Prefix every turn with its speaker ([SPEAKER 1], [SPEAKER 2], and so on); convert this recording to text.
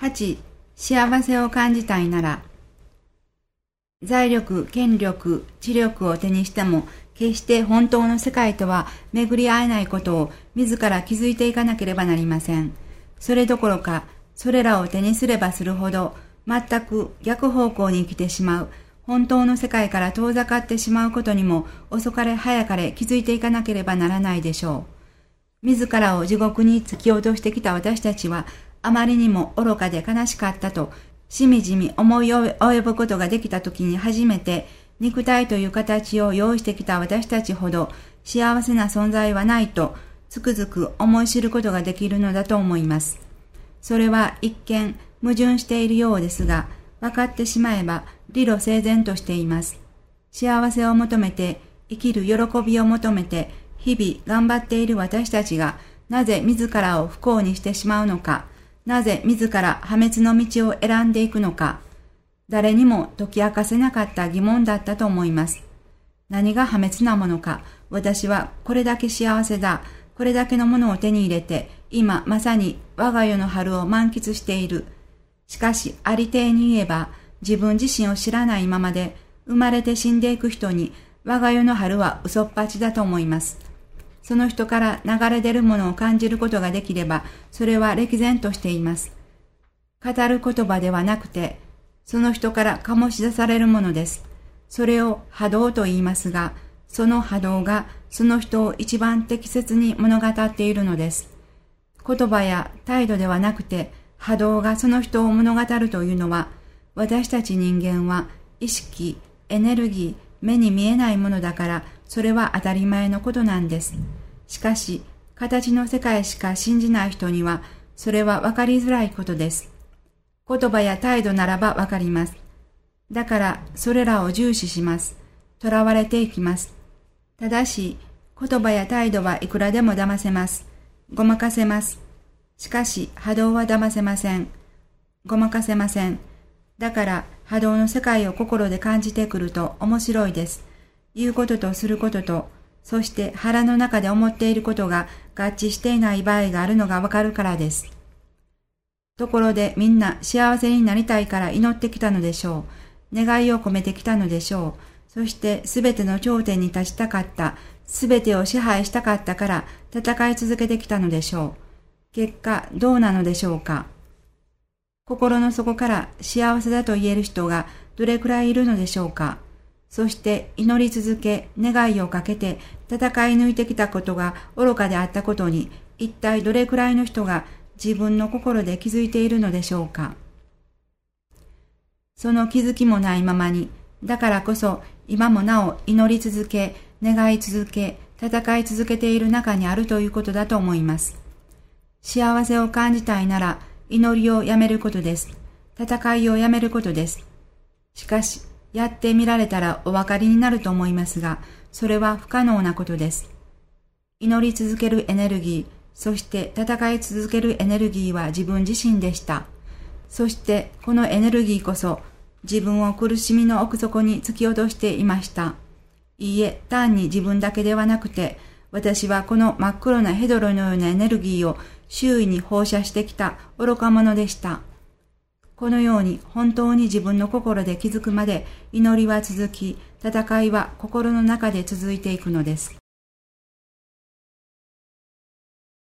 [SPEAKER 1] 8、幸せを感じたいなら、財力、権力、知力を手にしても、決して本当の世界とは巡り合えないことを自ら気づいていかなければなりません。それどころか、それらを手にすればするほど、全く逆方向に生きてしまう、本当の世界から遠ざかってしまうことにも遅かれ早かれ気づいていかなければならないでしょう。自らを地獄に突き落としてきた私たちは、あまりにも愚かで悲しかったと、しみじみ思い及ぶことができたときに初めて、肉体という形を用意してきた私たちほど幸せな存在はないと、つくづく思い知ることができるのだと思います。それは一見矛盾しているようですが、分かってしまえば理路整然としています。幸せを求めて、生きる喜びを求めて、日々頑張っている私たちが、なぜ自らを不幸にしてしまうのか、なぜ自ら破滅の道を選んでいくのか、誰にも解き明かせなかった疑問だったと思います。何が破滅なものか、私はこれだけ幸せだ、これだけのものを手に入れて、今まさに我が世の春を満喫している。しかし、ありていに言えば、自分自身を知らないままで、生まれて死んでいく人に、我が世の春は嘘っぱちだと思います。その人から流れ出るものを感じることができれば、それは歴然としています。語る言葉ではなくて、その人から醸し出されるものです。それを波動と言いますが、その波動がその人を一番適切に物語っているのです。言葉や態度ではなくて、波動がその人を物語るというのは、私たち人間は意識、エネルギー、目に見えないものだから、それは当たり前のことなんです。しかし、形の世界しか信じない人には、それは分かりづらいことです。言葉や態度ならば分かります。だから、それらを重視します。囚われていきます。ただし、言葉や態度はいくらでも騙せます。ごまかせます。しかし、波動は騙せません。ごまかせません。だから、波動の世界を心で感じてくると面白いです。言うこととすることと、そして腹の中で思っていることが合致していない場合があるのがわかるからです。ところでみんな幸せになりたいから祈ってきたのでしょう。願いを込めてきたのでしょう。そしてすべての頂点に立ちたかった、すべてを支配したかったから戦い続けてきたのでしょう。結果どうなのでしょうか。心の底から幸せだと言える人がどれくらいいるのでしょうか。そして祈り続け、願いをかけて戦い抜いてきたことが愚かであったことに、一体どれくらいの人が自分の心で気づいているのでしょうか。その気づきもないままに、だからこそ今もなお祈り続け、願い続け、戦い続けている中にあるということだと思います。幸せを感じたいなら、祈りをやめることです。戦いをやめることです。しかし、やってみられたらお分かりになると思いますが、それは不可能なことです。祈り続けるエネルギー、そして戦い続けるエネルギーは自分自身でした。そしてこのエネルギーこそ自分を苦しみの奥底に突き落としていました。いいえ、単に自分だけではなくて、私はこの真っ黒なヘドロのようなエネルギーを周囲に放射してきた愚か者でした。このように本当に自分の心で気づくまで祈りは続き、戦いは心の中で続いていくのです。